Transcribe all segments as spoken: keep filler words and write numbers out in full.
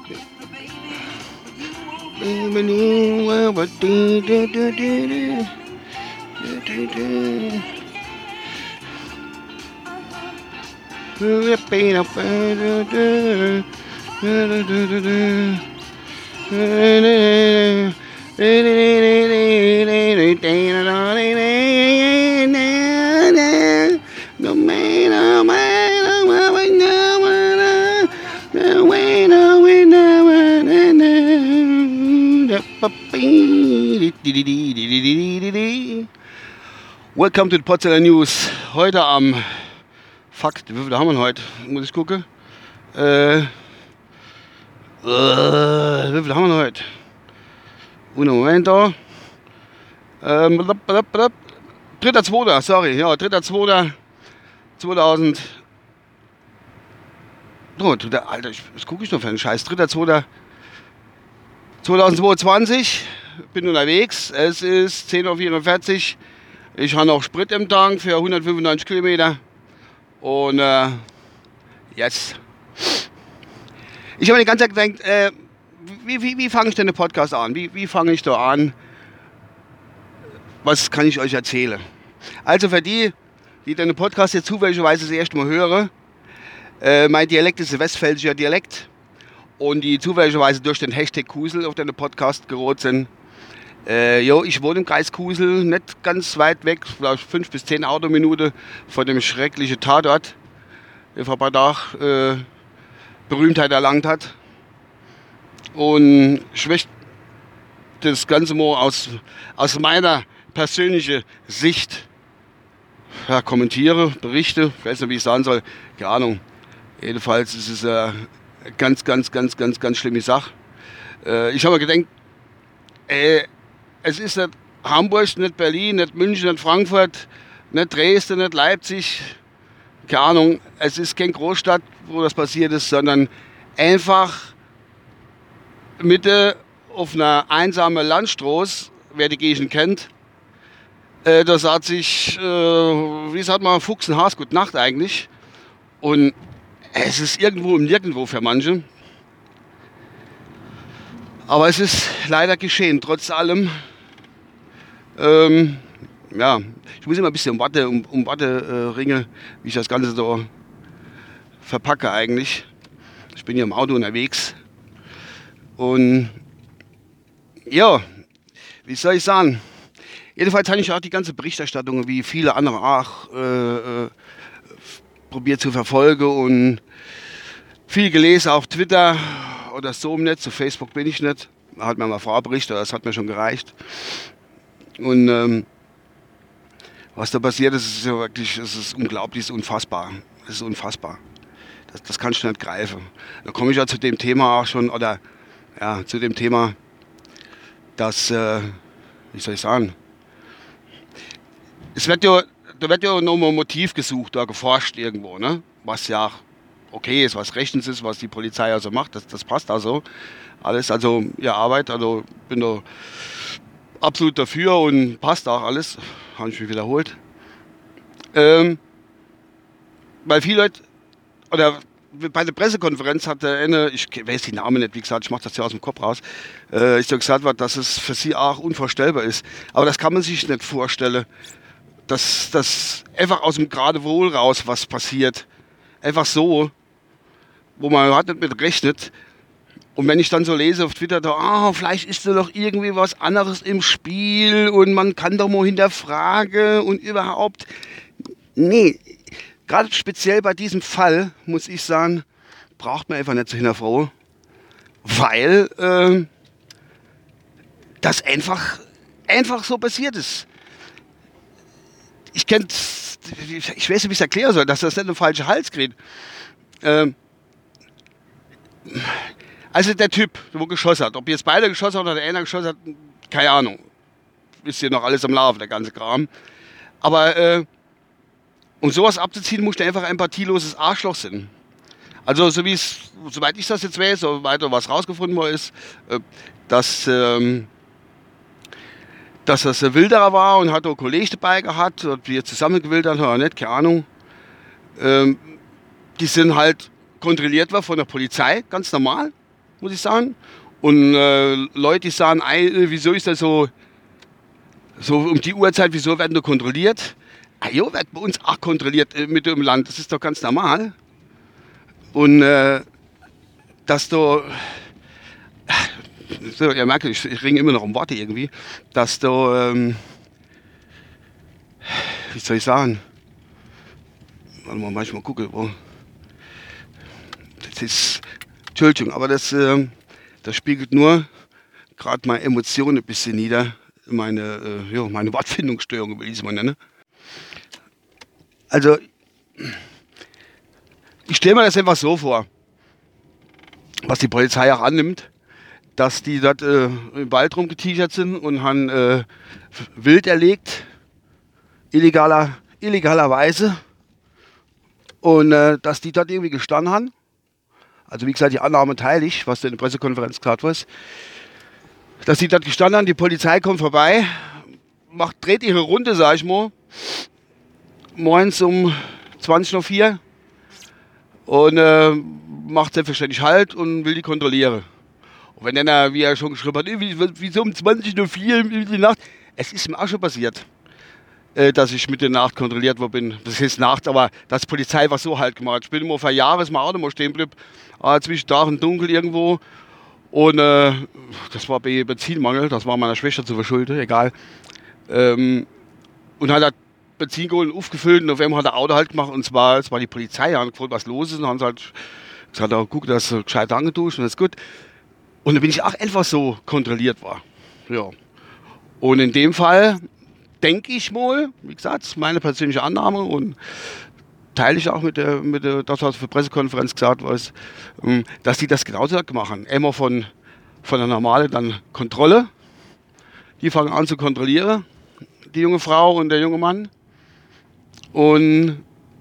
Welcome to the Potsdamer News. Heute am Fakt, wie viel haben wir heute? Muss ich gucken. Äh, äh, wie viel haben wir heute? Un Momento. Ähm, dritter zweiter sorry, ja, dritter zweiter zweitausend. Oh, dritter, Alter, ich, was gucke ich noch für einen Scheiß? dritter zweiter zweitausendzweiundzwanzig. Bin unterwegs. Es ist zehn Uhr vierundvierzig. Ich habe noch Sprit im Tank für hundertfünfundneunzig Kilometer. Und äh, jetzt. Ich habe mir die ganze Zeit gedacht, äh, wie, wie, wie fange ich denn den Podcast an? Wie, wie fange ich da an? Was kann ich euch erzählen? Also für die, die den Podcast jetzt zufälligerweise das erste Mal hören, äh, mein Dialekt ist ein westfälischer Dialekt. Und die zufälligerweise durch den Hashtag Kusel auf den Podcast gerot sind. Äh, jo, ich wohne im Kreis Kusel, nicht ganz weit weg, vielleicht fünf bis zehn Autominuten von dem schrecklichen Tatort, der vor ein paar Tagen äh, Berühmtheit erlangt hat. Und ich möchte das Ganze mal aus, aus meiner persönlichen Sicht ja, kommentiere, berichte, ich weiß nicht, wie ich sagen soll, keine Ahnung. Jedenfalls ist es eine ganz, ganz, ganz, ganz, ganz schlimme Sache. Äh, ich habe mir gedacht, äh, es ist nicht Hamburg, nicht Berlin, nicht München, nicht Frankfurt, nicht Dresden, nicht Leipzig, keine Ahnung. Es ist keine Großstadt, wo das passiert ist, sondern einfach Mitte auf einer einsamen Landstraße, wer die Gegend kennt. Äh, da sagt sich, äh, wie sagt man, Fuchs und Has, gute Nacht eigentlich. Und es ist irgendwo im Nirgendwo für manche. Aber es ist leider geschehen, trotz allem. Ähm, ja, ich muss immer ein bisschen um Worte, um, um Worte äh, ringen, wie ich das Ganze so verpacke eigentlich. Ich bin hier im Auto unterwegs. Und ja, wie soll ich sagen? Jedenfalls habe ich auch die ganze Berichterstattung, wie viele andere auch, äh, äh, probiert zu verfolgen und viel gelesen auf Twitter oder so im Netz. Zu Facebook bin ich nicht. Da hat mir mal Frau berichtet, das hat mir schon gereicht. Und ähm, was da passiert ist, ist ja wirklich, es ist unglaublich, es ist unfassbar. Es ist unfassbar. Das, das kannst du nicht greifen. Da komme ich ja zu dem Thema auch schon, oder ja, zu dem Thema, dass, äh, wie soll ich sagen, es wird ja, da wird ja nochmal ein Motiv gesucht, da geforscht irgendwo, ne? Was ja okay ist, was rechtens ist, was die Polizei also macht, das, das passt also alles, also ihre Arbeit, also bin da absolut dafür und passt auch alles, habe ich mich wiederholt. Ähm, weil viele Leute, oder bei der Pressekonferenz hat der eine, ich weiß die Namen nicht, wie gesagt, ich mache das ja aus dem Kopf raus, äh, ist ja gesagt worden, dass es für sie auch unvorstellbar ist. Aber das kann man sich nicht vorstellen, dass das einfach aus dem Geradewohl raus was passiert. Einfach so, wo man hat nicht mit rechnet. Und wenn ich dann so lese auf Twitter, da, ah, vielleicht ist da doch irgendwie was anderes im Spiel und man kann doch mal hinterfragen und überhaupt. Nee, gerade speziell bei diesem Fall, muss ich sagen, braucht man einfach nicht zu hinterfragen, weil äh, das einfach, einfach so passiert ist. Ich kenn, ich weiß nicht, wie ich es erklären soll, dass das nicht ein falscher Hals kriegt. Ähm, Also der Typ, der geschossen hat, ob jetzt beide geschossen hat oder einer geschossen hat, keine Ahnung. Ist hier noch alles am Laufen, der ganze Kram. Aber äh, um sowas abzuziehen, musst du einfach ein empathieloses Arschloch sein. Also so wie es, soweit ich das jetzt weiß, soweit was rausgefunden worden ist, äh, dass, ähm, dass das ein Wilderer war und hat auch Kollegen dabei gehabt, ob wir zusammen gewildert haben oder nicht, keine Ahnung. Ähm, die sind halt kontrolliert worden von der Polizei, ganz normal. muss ich sagen. Und äh, Leute, die sagen, ey, wieso ist das so, so um die Uhrzeit, wieso werden da kontrolliert? Ah, jo, wird bei uns auch kontrolliert äh, mit dem Land, das ist doch ganz normal. Und äh, dass da, so, ihr merkt, ich, ich ringe immer noch um Worte irgendwie, dass da, ähm, wie soll ich sagen, warte mal, manchmal gucke, wo, das ist, Entschuldigung, aber das, äh, das spiegelt nur gerade meine Emotionen ein bisschen nieder, meine, äh, ja, meine Wortfindungsstörung, will ich es mal nennen. Also, ich stelle mir das einfach so vor, was die Polizei auch annimmt, dass die dort äh, im Wald rumgetigert sind und haben äh, Wild erlegt, illegaler, illegalerweise, und äh, dass die dort irgendwie gestanden haben. Also wie gesagt, die Annahme teile ich, was in der Pressekonferenz gesagt wurde, dass die dort gestanden haben, die Polizei kommt vorbei, macht, dreht ihre Runde, sag ich mal, morgens um zwanzig nach vier und äh, macht selbstverständlich Halt und will die kontrollieren. Und wenn dann, wie er schon geschrieben hat, wie, wie so um zwanzig nach vier in die Nacht, es ist mir auch schon passiert, äh, dass ich mit der Nacht kontrolliert worden bin. Das ist Nacht, aber dass die Polizei was so halt gemacht. Ich bin immer vor Jahren, ist mein Auto mal stehen blieb, äh, zwischen Tag und Dunkel irgendwo. Und äh, das war bei Benzinmangel, das war meiner Schwester zu verschulden, egal. Ähm, und hat Benzin geholt und aufgefüllt und auf einmal hat er Auto halt gemacht und zwar, es war die Polizei, haben gefragt, was los ist und haben sie halt gesagt, oh, guck, dass du gescheit angeduscht und das ist gut. Und dann bin ich auch einfach so kontrolliert war. Ja. Und in dem Fall denke ich mal, wie gesagt, das ist meine persönliche Annahme und teile ich auch mit der, mit der, das, was für Pressekonferenz gesagt wurde, dass die das genauso gemacht haben. Immer von, von der normalen dann Kontrolle. Die fangen an zu kontrollieren, die junge Frau und der junge Mann. Und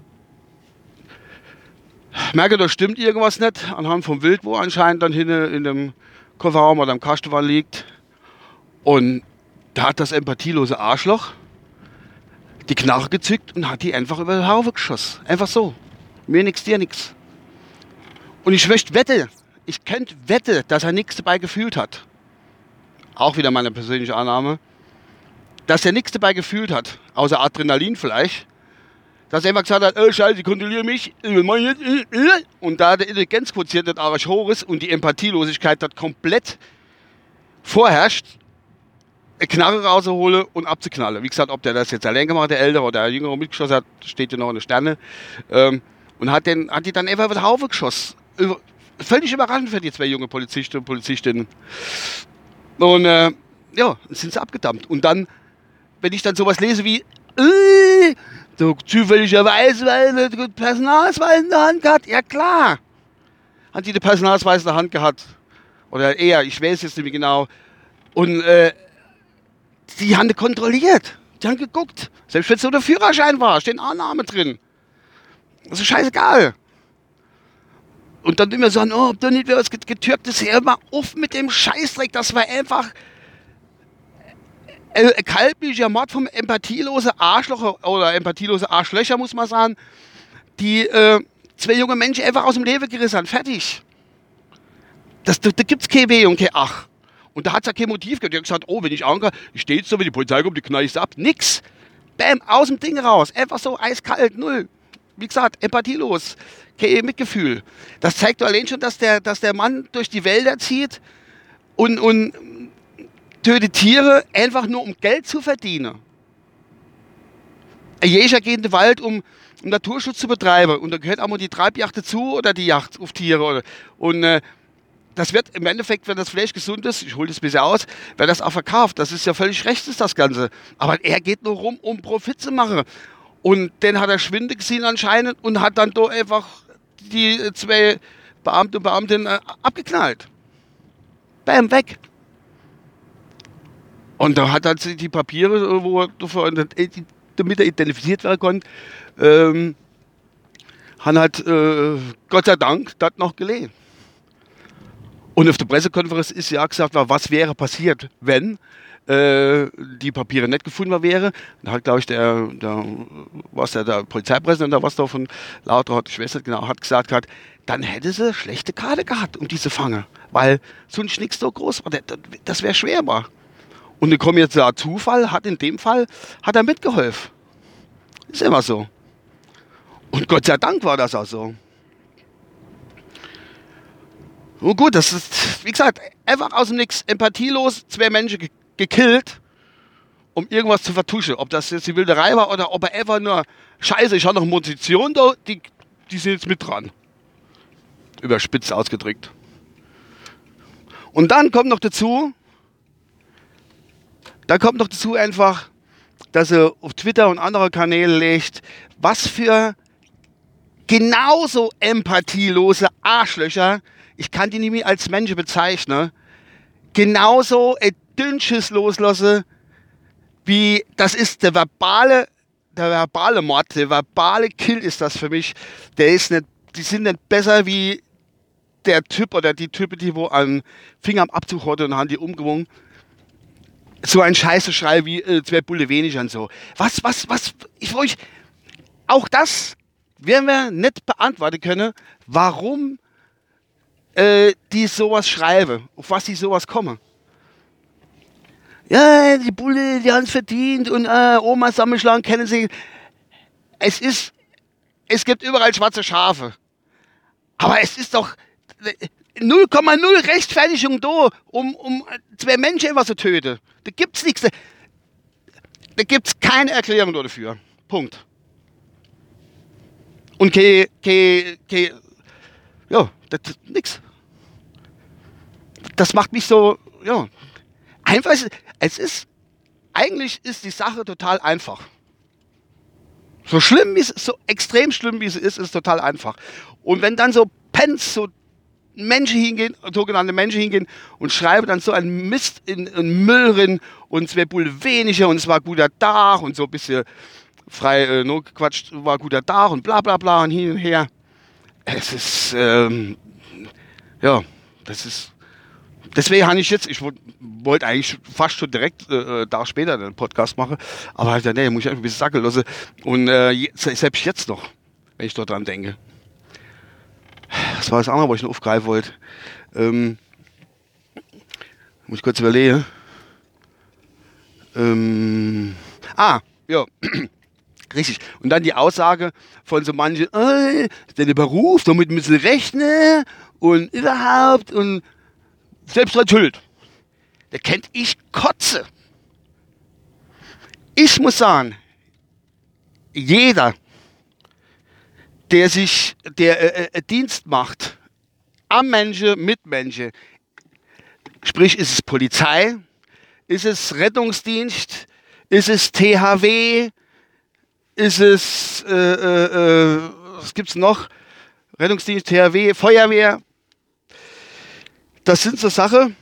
merke, da stimmt irgendwas nicht, anhand vom Wild, wo anscheinend dann hinten in dem Kofferraum oder am Kastenwagen liegt. Und da hat das empathielose Arschloch die Knarre gezückt und hat die einfach über den Haufen geschossen. Einfach so. Mir nix, dir nix. Und ich möchte wette, ich könnte wette, dass er nichts dabei gefühlt hat. Auch wieder meine persönliche Annahme. Dass er nichts dabei gefühlt hat, außer Adrenalin vielleicht. Dass er einfach gesagt hat, oh Scheiße, ich kontrolliere mich. Und da der Intelligenzquotient das arg hoch ist und die Empathielosigkeit dort komplett vorherrscht, eine Knarre rauszuholen und abzuknallen. Wie gesagt, ob der das jetzt allein gemacht hat, der Ältere oder der Jüngere mitgeschossen hat, steht ja noch in den Sternen. Ähm, und hat, den, hat die dann einfach über den Haufen geschossen. Völlig überraschend für die zwei junge Polizisten und Polizistinnen. Und äh, ja, dann sind sie abgedampft. Und dann, wenn ich dann sowas lese wie, äh, so zufälligerweise, weil er den Personalausweis in der Hand gehabt, ja klar, hat die den Personalausweis in der Hand gehabt. Oder eher, ich weiß jetzt nicht mehr genau. Und äh, die haben kontrolliert. Die haben geguckt. Selbst wenn es so der Führerschein war, steht ein Name drin. Das ist scheißegal. Und dann immer so, oh, ob da nicht was getürktes her, mal auf mit dem Scheißdreck. Das war einfach ein kaltblütiger Mord vom empathielose Arschloch oder empathielose Arschlöcher, muss man sagen, die äh, zwei junge Menschen einfach aus dem Leben gerissen haben. Fertig. Das, da da gibt es kein Weh und kein Ach. Und da hat es ja kein Motiv gehabt. Die hat gesagt, oh, wenn ich angehe, ich stehe jetzt so, wenn die Polizei kommt, die knall ich ab. Nix. Bäm, aus dem Ding raus. Einfach so eiskalt, null. Wie gesagt, empathielos. Kein Mitgefühl. Das zeigt doch allein schon, dass der, dass der Mann durch die Wälder zieht und, und tötet Tiere, einfach nur um Geld zu verdienen. Ein Jäger geht in den Wald, um, um Naturschutz zu betreiben. Und da gehört auch mal die Treibjagd dazu oder die Jagd auf Tiere. Und äh, das wird im Endeffekt, wenn das Fleisch gesund ist, ich hole das ein bisschen aus, wird das auch verkauft. Das ist ja völlig recht, ist das Ganze. Aber er geht nur rum, um Profit zu machen. Und den hat er Schwinde gesehen anscheinend und hat dann da einfach die zwei Beamte und Beamtinnen äh, abgeknallt. Bam, weg. Und da hat er die Papiere, wo er dafür, damit er identifiziert werden konnte, ähm, haben halt äh, Gott sei Dank das noch gelesen. Und auf der Pressekonferenz ist ja gesagt, was wäre passiert, wenn äh, die Papiere nicht gefunden wären. Da hat, glaube ich, der, der, was der, der Polizeipräsident oder was da von Lauter hat, ich weiß nicht genau, hat gesagt, hat, dann hätte sie schlechte Karte gehabt, um diese Fange. Weil so ein Schnick so groß war, das wäre schwer war. Und dann kommt jetzt der Zufall, hat in dem Fall, hat er mitgeholfen. Ist immer so. Und Gott sei Dank war das auch so. Und gut, das ist, wie gesagt, einfach aus dem Nix, empathielos, zwei Menschen ge gekillt, um irgendwas zu vertuschen. Ob das jetzt die Wilderei war oder ob er einfach nur, scheiße, ich habe noch Munition da, die, die sind jetzt mit dran. Überspitzt ausgedrückt. Und dann kommt noch dazu, dann kommt noch dazu einfach, dass er auf Twitter und andere Kanäle legt, was für genauso empathielose Arschlöcher, ich kann die nicht mehr als Menschen bezeichnen, genauso ein Dünnschiss loslasse, wie das ist der verbale, der verbale Mord, der verbale Kill ist das für mich. Der ist nicht, die sind nicht besser wie der Typ oder die Typen, die wo einen Finger am Abzug hatte und haben die umgewogen. So ein Scheiße Schrei wie äh, zwei Bulle weniger und so. Was, was, was, ich euch, auch das werden wir nicht beantworten können, warum äh, die sowas schreiben, auf was die sowas kommen. Ja, die Bulle, die haben es verdient und äh, Oma Sammelschlagen kennen sie. Es ist, es gibt überall schwarze Schafe. Aber es ist doch null Komma null Rechtfertigung da, um, um zwei Menschen etwas zu töten. Da gibt's nichts. Da, da gibt's keine Erklärung dafür. Punkt. Und ke, ke, ke, ja, das ist nix. Das macht mich so, ja, einfach, es ist, eigentlich ist die Sache total einfach. So schlimm wie es, so extrem schlimm wie es ist, ist total einfach. Und wenn dann so Pens, so Menschen hingehen, sogenannte Menschen hingehen und schreiben dann so einen Mist in, in Müll rein und es wäre wohl weniger und es war guter Tag und so ein bisschen frei äh, nur gequatscht, war guter Tag und bla bla bla und hin und her. Es ist, ähm, ja, das ist, deswegen habe ich jetzt, ich wollte eigentlich fast schon direkt äh, Tag später einen Podcast machen, aber halt, nee, muss ich einfach ein bisschen sackeln lassen. Und äh, selbst jetzt noch, wenn ich dort dran denke. Das war das andere, was ich noch aufgreifen wollte. Ähm, muss ich kurz überlegen. Ähm, ah, ja, richtig. Und dann die Aussage von so manchen, äh, der Beruf, damit müssen sie rechnen und überhaupt und selbst dran schuld. Der kennt ich Kotze. Ich muss sagen, jeder, der sich, der äh, Dienst macht am Menschen, mit Menschen, sprich ist es Polizei, ist es Rettungsdienst, ist es T H W, ist es, äh, äh, was gibt's noch? Rettungsdienst, T H W, Feuerwehr. Das sind so Sachen,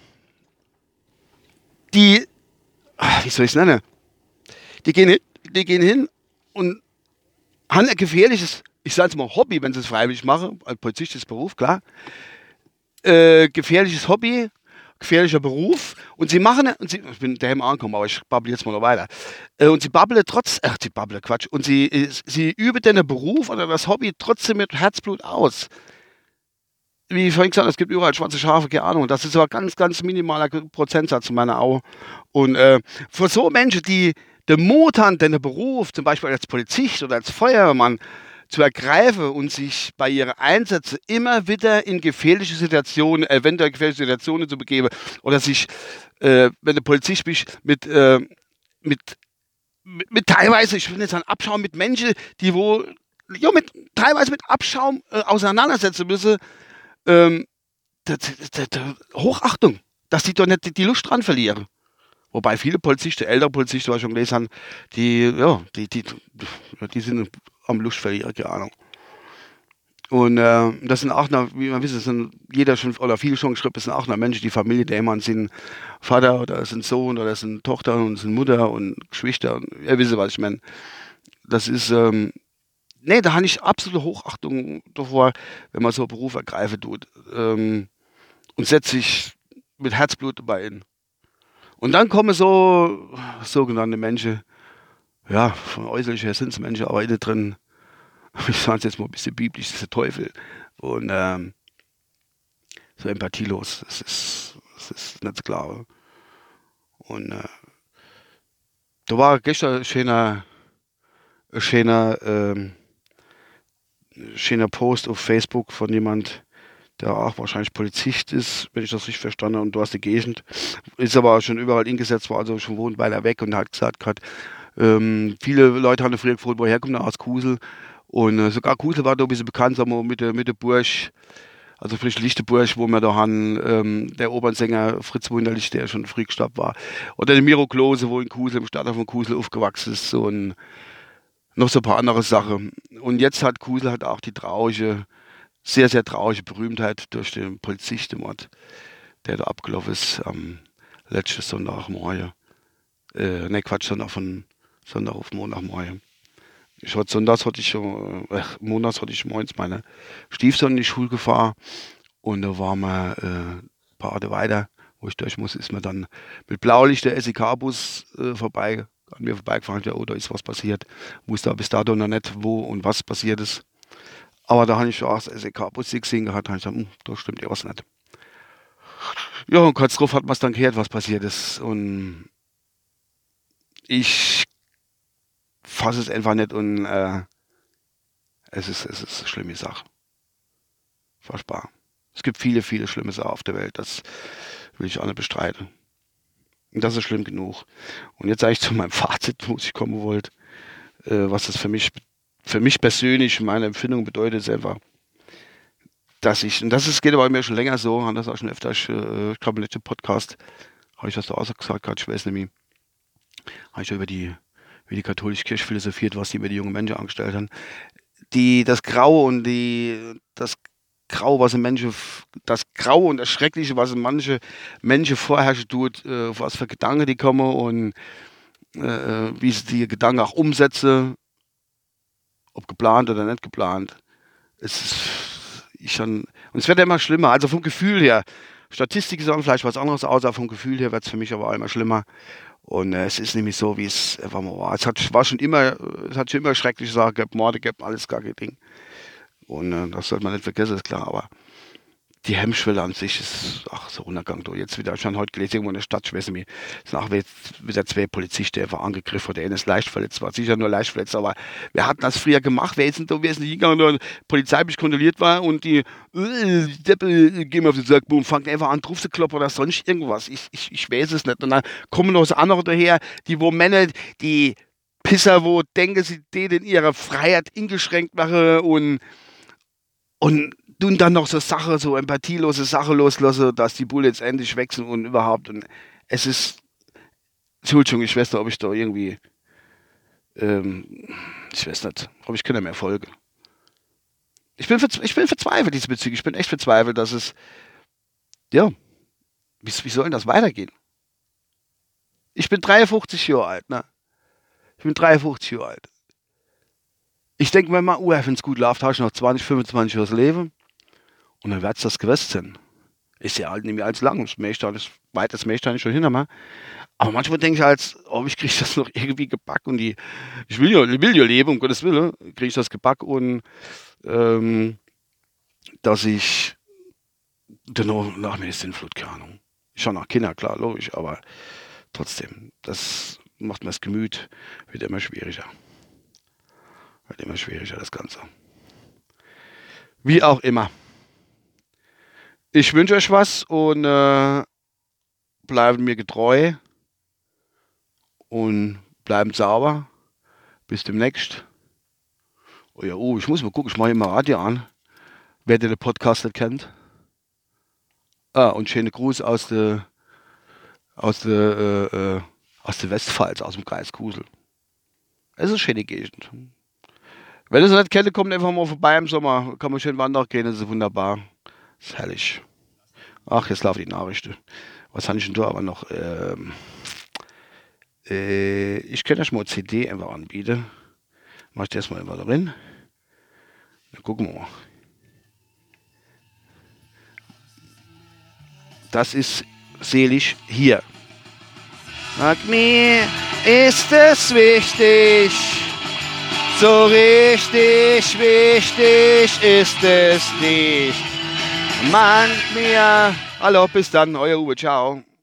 die, wie soll ich es nennen? Die gehen, die gehen hin und haben ein gefährliches, ich sage es mal Hobby, wenn sie es freiwillig machen, als Polizist ist Beruf, klar. Äh, gefährliches Hobby, gefährlicher Beruf und sie machen, und sie, ich bin daheim angekommen, aber ich babble jetzt mal noch weiter. Äh, und sie babbeln trotz, ach, sie babbeln Quatsch, und sie, äh, sie üben den Beruf oder das Hobby trotzdem mit Herzblut aus. Wie ich vorhin gesagt habe, es gibt überall schwarze Schafe, keine Ahnung. Das ist aber ganz, ganz minimaler Prozentsatz in meiner Augen. Und äh, für so Menschen, die den Mut haben, den Beruf, zum Beispiel als Polizist oder als Feuerwehrmann, zu ergreifen und sich bei ihren Einsätzen immer wieder in gefährliche Situationen, eventuell gefährliche Situationen zu begeben oder sich, äh, wenn du Polizist bist, mit, äh, mit, mit, mit teilweise, ich will nicht sagen Abschaum, mit Menschen, die wo, ja, mit, teilweise mit Abschaum äh, auseinandersetzen müssen, ähm, das, das, das, Hochachtung, dass die doch nicht die, die Lust dran verlieren. Wobei viele Polizisten, ältere Polizisten, was ich schon gelesen habe, die, ja, die, die, die sind am Lust verlieren, keine Ahnung. Und äh, das sind auch noch, wie man wisst, das sind jeder schon, oder viele schon geschrieben, das sind auch noch Menschen, die Familie, die jemand sind Vater oder sind Sohn oder sind Tochter und sind Mutter und Geschwister. Und ihr wisst, was ich meine. Das ist, ähm, nee, da habe ich absolute Hochachtung davor, wenn man so einen Beruf ergreifen tut. Ähm, und setzt sich mit Herzblut dabei in. Und dann kommen so sogenannte Menschen, ja, von äußerlich her sind es Menschen, aber innen drin, ich sage es jetzt mal ein bisschen biblisch, das ist der Teufel. Und ähm, so empathielos, das ist, das ist nicht zu glauben. Und äh, da war gestern ein schöner, ein schöner, ähm, schöner Post auf Facebook von jemand, der auch wahrscheinlich Polizist ist, wenn ich das richtig verstanden habe, und du hast die Gegend, ist aber schon überall eingesetzt, war also schon wohnt weiter weg und hat gesagt, grad, ähm, viele Leute haben früher gefragt, woher kommt er aus Kusel, und äh, sogar Kusel war da ein bisschen bekannt, sagen wir, mit der, mit der Burg, also frisch Lichtenburg, wo wir da haben, ähm, der Opernsänger Fritz Wunderlich, der schon früh gestorben war, oder der Miro Klose, wo in Kusel, im Stadtteil von Kusel aufgewachsen ist, so ein, noch so ein paar andere Sachen. Und jetzt hat Kusel halt auch die traurige, sehr, sehr traurige Berühmtheit durch den Polizistenmord, der da abgelaufen ist am letzten Sonntagmorgen. Äh, ne, Quatsch, Sonntag von Sonntag auf Montagmorgen. Ich hatte sonntags hatte ich schon, äh, montags hatte ich morgens meine Stiefsohn in die Schule gefahren und da waren wir äh, ein paar Orte weiter, wo ich durch muss, ist mir dann mit Blaulicht der S E K-Bus äh, vorbei, an mir vorbeigefahren. Ja, oh, da ist was passiert. Wusste aber bis dato noch nicht, wo und was passiert ist. Aber da habe ich auch das S E K-Bus gesehen gehabt, da habe ich gesagt, hm, da stimmt ja was nicht. Ja, und kurz drauf hat man es dann gehört, was passiert ist. Und ich fasse es einfach nicht und äh, es ist, es ist eine schlimme Sache. Furchtbar. Es gibt viele, viele schlimme Sachen auf der Welt, das will ich auch nicht bestreiten. Und das ist schlimm genug. Und jetzt eigentlich zu meinem Fazit, wo ich kommen wollte, äh, was das für mich, für mich persönlich, meine Empfindung bedeutet, ist einfach, dass ich, und das ist, geht aber mir schon länger so, haben das auch schon öfter, ich, äh, ich glaube, im letzten Podcast habe ich das da auch so gesagt, gerade, ich weiß nicht mehr, habe ich ja über die, wie die katholische Kirche philosophiert, was die mit den jungen Menschen angestellt haben. Die, das Graue und die, das Grau, was in Menschen, das Graue und das Schreckliche, was in manche Menschen vorherrschen tut, äh, was für Gedanken die kommen und äh, wie sie die Gedanken auch umsetzen, ob geplant oder nicht geplant. Es ist ich schon, und es wird ja immer schlimmer, also vom Gefühl her. Statistiken sagen vielleicht was anderes aus, aber vom Gefühl her wird es für mich aber auch immer schlimmer. Und äh, es ist nämlich so, wie es einfach mal war. Es hat, war schon immer, es hat schon immer schreckliche Sachen gehabt, Morde gehabt, alles gar kein Ding. Und äh, das sollte man nicht vergessen, ist klar. Aber die Hemmschwelle an sich ist, ach, so Untergang. Du. Jetzt wieder, schon heute gelesen, irgendwo in der Stadt, ich weiß nicht mehr, es sind auch wieder zwei Polizisten, der war angegriffen, oder der eine ist leicht verletzt, war sicher nur leicht verletzt, aber wir hatten das früher gemacht, wer ist denn da, wer ist nicht hingegangen, und die Polizei mich kontrolliert war und die, äh, die Deppe gehen auf den Sack, boom, fangen einfach an, drauf zu kloppen oder sonst irgendwas. Ich, ich, ich weiß es nicht. Und dann kommen noch so andere daher, die, wo Männer, die Pisser, wo denken, sie denen ihre Freiheit eingeschränkt machen und, und tun dann noch so Sachen, so empathielose Sachen loslassen, dass die Bulle jetzt endlich wechseln und überhaupt. Und es ist, Entschuldigung, ich weiß nicht, ob ich da irgendwie, ähm, ich weiß nicht, ob ich keine mehr folge. Ich bin, ich bin verzweifelt diesbezüglich. Ich bin echt verzweifelt, dass es, ja, wie, wie soll denn das weitergehen? Ich bin dreiundfünfzig Jahre alt, ne? Ich bin dreiundfünfzig Jahre alt. Ich denke mir mal, uh, wenn es gut läuft, habe ich noch zwanzig, fünfundzwanzig Jahre Leben. Und dann wird es das gewesen sein. Ist ja halt nicht mehr als lang. Das Mächstein ist weit, das Mächstein ist schon hinter mir. Aber manchmal denke ich halt, oh, ich kriege das noch irgendwie gepackt und die, ich will ja, ich will ja leben, um Gottes Willen, kriege ich das gepackt und ähm, dass ich dann nach mir ist Sinnflut, keine Ahnung. Schon nach Kinder, klar, logisch, aber trotzdem, das macht mir das Gemüt, wird immer schwieriger. Wird immer schwieriger, das Ganze. Wie auch immer. Ich wünsche euch was und äh, bleiben mir getreu und bleiben sauber. Bis demnächst. Oh ja, oh, ich muss mal gucken, ich mache immer Radio an. Wer den Podcast nicht kennt. Ah, und schöne Gruß aus der aus der äh, äh, aus der Westpfalz, aus dem Kreis Kusel. Es ist eine schöne Gegend. Wenn ihr es nicht kennt, kommt einfach mal vorbei im Sommer. Kann man schön wandern gehen, das ist wunderbar. Das ist herrlich. Ach, jetzt laufen die Nachrichten. Was habe ich denn da aber noch? Ähm, äh, ich könnte euch mal eine C D einfach anbieten. Mach ich das mal einfach drin. Dann gucken wir mal. Das ist Selig hier. Sag mir, ist es wichtig, So richtig wichtig ist es nicht. Mannt mir. Hallo, bis dann, euer Uwe, ciao.